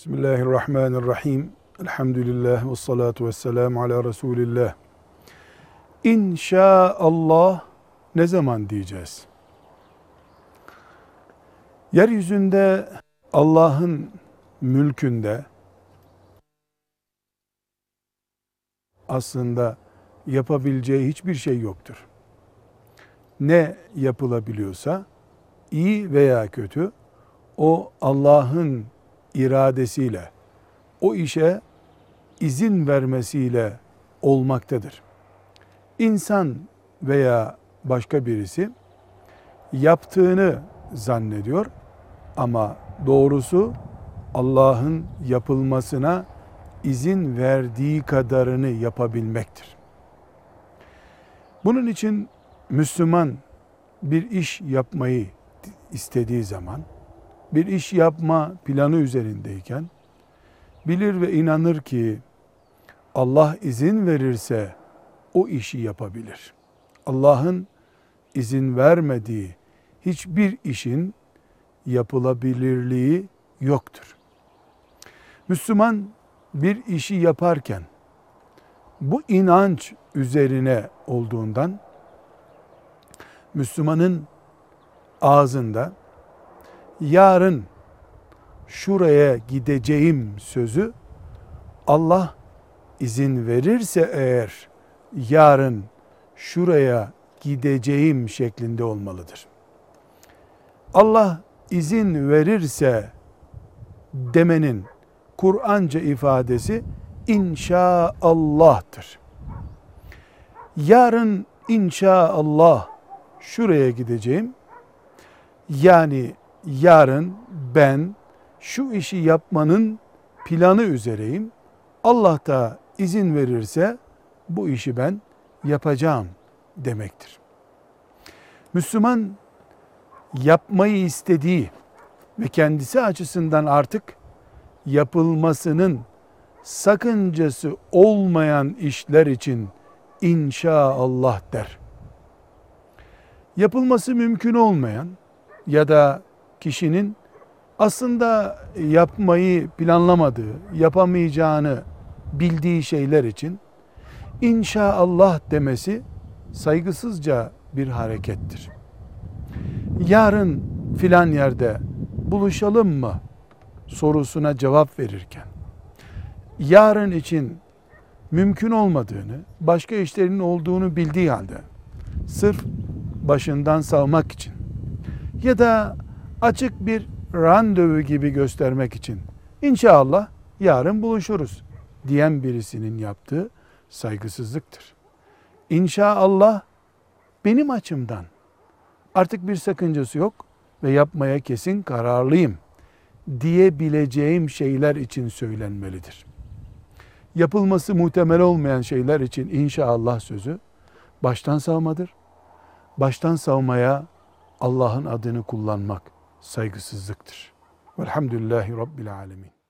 Bismillahirrahmanirrahim. Elhamdülillah ve salatu ve selamu ala Resulillah. İnşaallah ne zaman diyeceğiz? Yeryüzünde Allah'ın mülkünde aslında yapabileceği hiçbir şey yoktur. Ne yapılabiliyorsa iyi veya kötü o Allah'ın iradesiyle, o işe izin vermesiyle olmaktadır. İnsan veya başka birisi yaptığını zannediyor ama doğrusu Allah'ın yapılmasına izin verdiği kadarını yapabilmektir. Bunun için Müslüman bir iş yapmayı istediği zaman, bir iş yapma planı üzerindeyken bilir ve inanır ki Allah izin verirse o işi yapabilir. Allah'ın izin vermediği hiçbir işin yapılabilirliği yoktur. Müslüman bir işi yaparken bu inanç üzerine olduğundan Müslümanın ağzında yarın şuraya gideceğim sözü Allah izin verirse eğer yarın şuraya gideceğim şeklinde olmalıdır. Allah izin verirse demenin Kur'anca ifadesi inşaallah'tır. Yarın inşaallah şuraya gideceğim. Yani yarın ben şu işi yapmanın planı üzereyim. Allah da izin verirse bu işi ben yapacağım demektir. Müslüman yapmayı istediği ve kendisi açısından artık yapılmasının sakıncası olmayan işler için inşaallah der. Yapılması mümkün olmayan ya da kişinin aslında yapmayı planlamadığı, yapamayacağını bildiği şeyler için inşaallah demesi saygısızca bir harekettir. Yarın filan yerde buluşalım mı sorusuna cevap verirken, yarın için mümkün olmadığını, başka işlerin olduğunu bildiği halde, sırf başından savmak için ya da açık bir randevu gibi göstermek için inşallah yarın buluşuruz diyen birisinin yaptığı saygısızlıktır. İnşallah benim açımdan artık bir sakıncası yok ve yapmaya kesin kararlıyım diyebileceğim şeyler için söylenmelidir. Yapılması muhtemel olmayan şeyler için inşallah sözü baştan savmadır. Baştan savmaya Allah'ın adını kullanmak saygısızlıktır. Velhamdülillahi Rabbil alemin.